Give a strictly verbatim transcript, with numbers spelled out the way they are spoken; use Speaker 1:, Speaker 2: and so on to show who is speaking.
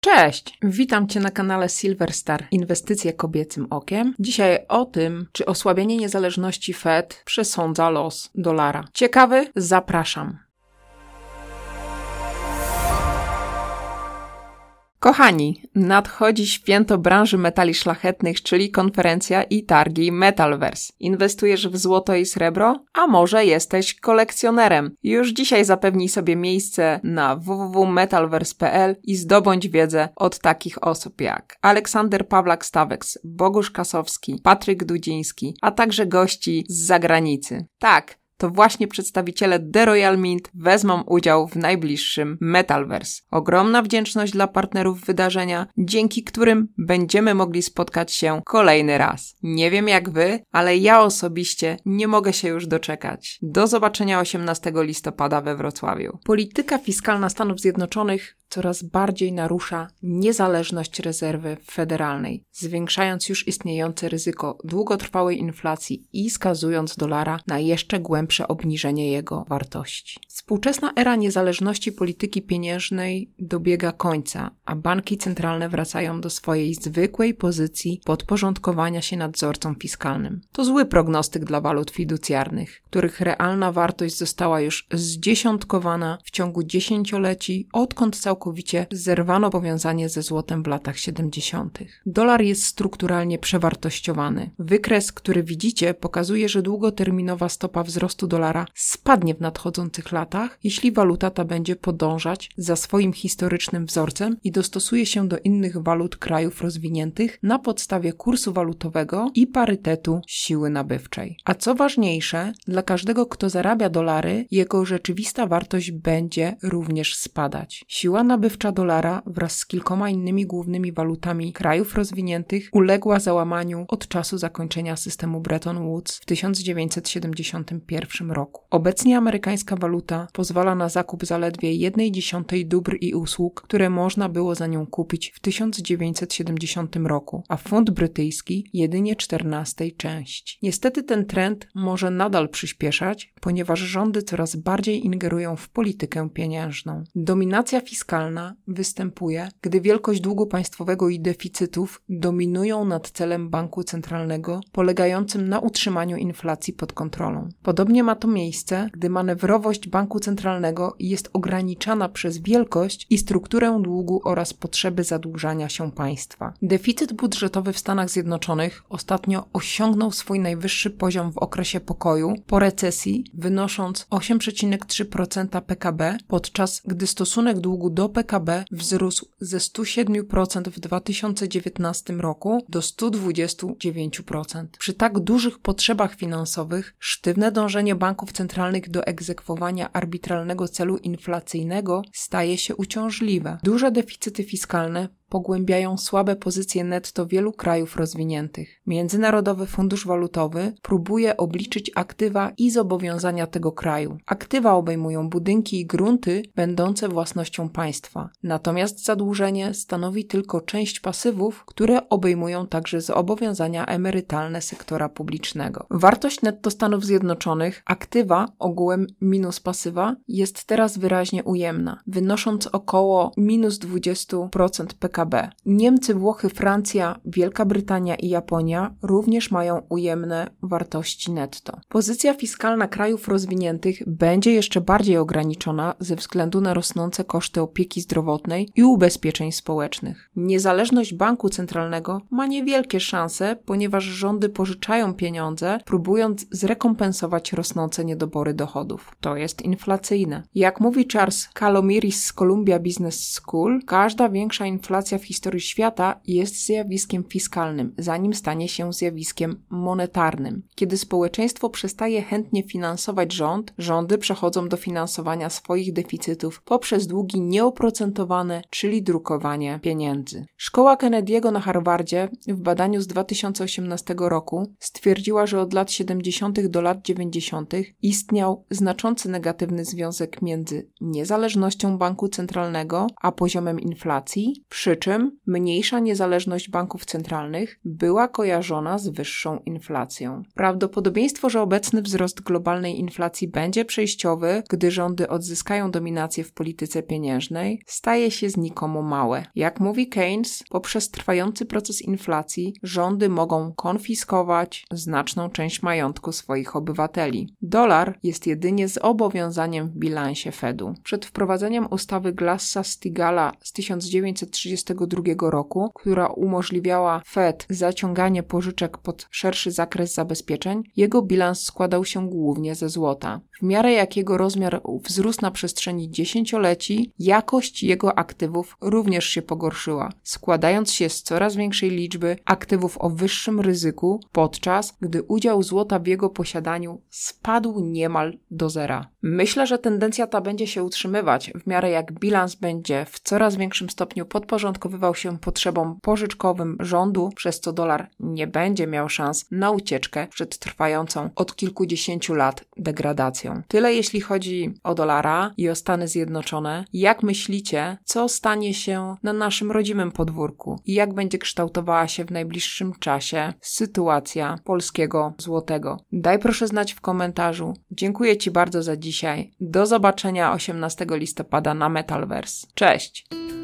Speaker 1: Cześć! Witam Cię na kanale Silverstar Inwestycje kobiecym okiem. Dzisiaj o tym, czy osłabienie niezależności Fed przesądza los dolara. Ciekawy? Zapraszam. Kochani, nadchodzi święto branży metali szlachetnych, czyli konferencja i targi Metalverse. Inwestujesz w złoto i srebro? A może jesteś kolekcjonerem? Już dzisiaj zapewnij sobie miejsce na w w w kropka metalverse kropka p l i zdobądź wiedzę od takich osób jak Aleksander Pawlak-Staweks, Bogusz Kasowski, Patryk Dudziński, a także gości z zagranicy. Tak, to właśnie przedstawiciele The Royal Mint wezmą udział w najbliższym Metalverse. Ogromna wdzięczność dla partnerów wydarzenia, dzięki którym będziemy mogli spotkać się kolejny raz. Nie wiem jak wy, ale ja osobiście nie mogę się już doczekać. Do zobaczenia osiemnastego listopada we Wrocławiu. Polityka fiskalna Stanów Zjednoczonych coraz bardziej narusza niezależność rezerwy federalnej, zwiększając już istniejące ryzyko długotrwałej inflacji i skazując dolara na jeszcze głębsze obniżenie jego wartości. Współczesna era niezależności polityki pieniężnej dobiega końca, a banki centralne wracają do swojej zwykłej pozycji podporządkowania się nadzorcom fiskalnym. To zły prognostyk dla walut fiducjarnych, których realna wartość została już zdziesiątkowana w ciągu dziesięcioleci, odkąd całkowicie Całkowicie zerwano powiązanie ze złotem w latach siedemdziesiątych. Dolar jest strukturalnie przewartościowany. Wykres, który widzicie, pokazuje, że długoterminowa stopa wzrostu dolara spadnie w nadchodzących latach, jeśli waluta ta będzie podążać za swoim historycznym wzorcem i dostosuje się do innych walut krajów rozwiniętych na podstawie kursu walutowego i parytetu siły nabywczej. A co ważniejsze, dla każdego, kto zarabia dolary, jego rzeczywista wartość będzie również spadać. Siła nabywcza dolara wraz z kilkoma innymi głównymi walutami krajów rozwiniętych uległa załamaniu od czasu zakończenia systemu Bretton Woods w tysiąc dziewięćset siedemdziesiątym pierwszym roku. Obecnie amerykańska waluta pozwala na zakup zaledwie jednej dziesiątej dóbr i usług, które można było za nią kupić w tysiąc dziewięćset siedemdziesiątym roku, a funt brytyjski jedynie czternastej części. Niestety ten trend może nadal przyspieszać, ponieważ rządy coraz bardziej ingerują w politykę pieniężną. Dominacja fiskalna występuje, gdy wielkość długu państwowego i deficytów dominują nad celem banku centralnego, polegającym na utrzymaniu inflacji pod kontrolą. Podobnie ma to miejsce, gdy manewrowość banku centralnego jest ograniczana przez wielkość i strukturę długu oraz potrzeby zadłużania się państwa. Deficyt budżetowy w Stanach Zjednoczonych ostatnio osiągnął swój najwyższy poziom w okresie pokoju po recesji, wynosząc osiem przecinek trzy procent P K B, podczas gdy stosunek długu do P K B wzrósł ze sto siedem procent w dwa tysiące dziewiętnastym roku do sto dwadzieścia dziewięć procent. Przy tak dużych potrzebach finansowych sztywne dążenie banków centralnych do egzekwowania arbitralnego celu inflacyjnego staje się uciążliwe. Duże deficyty fiskalne pogłębiają słabe pozycje netto wielu krajów rozwiniętych. Międzynarodowy Fundusz Walutowy próbuje obliczyć aktywa i zobowiązania tego kraju. Aktywa obejmują budynki i grunty będące własnością państwa. Natomiast zadłużenie stanowi tylko część pasywów, które obejmują także zobowiązania emerytalne sektora publicznego. Wartość netto Stanów Zjednoczonych, aktywa ogółem minus pasywa, jest teraz wyraźnie ujemna, wynosząc około minus dwadzieścia procent P K B. Niemcy, Włochy, Francja, Wielka Brytania i Japonia również mają ujemne wartości netto. Pozycja fiskalna krajów rozwiniętych będzie jeszcze bardziej ograniczona ze względu na rosnące koszty opieki zdrowotnej i ubezpieczeń społecznych. Niezależność banku centralnego ma niewielkie szanse, ponieważ rządy pożyczają pieniądze, próbując zrekompensować rosnące niedobory dochodów. To jest inflacyjne. Jak mówi Charles Calomiris z Columbia Business School, każda większa inflacja w historii świata jest zjawiskiem fiskalnym, zanim stanie się zjawiskiem monetarnym. Kiedy społeczeństwo przestaje chętnie finansować rząd, rządy przechodzą do finansowania swoich deficytów poprzez długi nieoprocentowane, czyli drukowanie pieniędzy. Szkoła Kennedy'ego na Harvardzie w badaniu z dwa tysiące osiemnastego roku stwierdziła, że od lat siedemdziesiątych do lat dziewięćdziesiątych istniał znaczący negatywny związek między niezależnością banku centralnego a poziomem inflacji, przy czym mniejsza niezależność banków centralnych była kojarzona z wyższą inflacją. Prawdopodobieństwo, że obecny wzrost globalnej inflacji będzie przejściowy, gdy rządy odzyskają dominację w polityce pieniężnej, staje się znikomo małe. Jak mówi Keynes, poprzez trwający proces inflacji rządy mogą konfiskować znaczną część majątku swoich obywateli. Dolar jest jedynie zobowiązaniem w bilansie Fedu. Przed wprowadzeniem ustawy Glassa-Stigalla z tysiąc dziewięćset trzydziestego drugiego roku, która umożliwiała Fed zaciąganie pożyczek pod szerszy zakres zabezpieczeń, jego bilans składał się głównie ze złota. W miarę jak jego rozmiar wzrósł na przestrzeni dziesięcioleci, jakość jego aktywów również się pogorszyła, składając się z coraz większej liczby aktywów o wyższym ryzyku, podczas gdy udział złota w jego posiadaniu spadł niemal do zera. Myślę, że tendencja ta będzie się utrzymywać w miarę jak bilans będzie w coraz większym stopniu podporządkowywał się potrzebom pożyczkowym rządu, przez co dolar nie będzie miał szans na ucieczkę przed trwającą od kilkudziesięciu lat degradacją. Tyle jeśli chodzi o dolara i o Stany Zjednoczone. Jak myślicie, co stanie się na naszym rodzimym podwórku i jak będzie kształtowała się w najbliższym czasie sytuacja polskiego złotego? Daj proszę znać w komentarzu. Dziękuję Ci bardzo za dzisiaj. Do zobaczenia osiemnastego listopada na Metalverse. Cześć!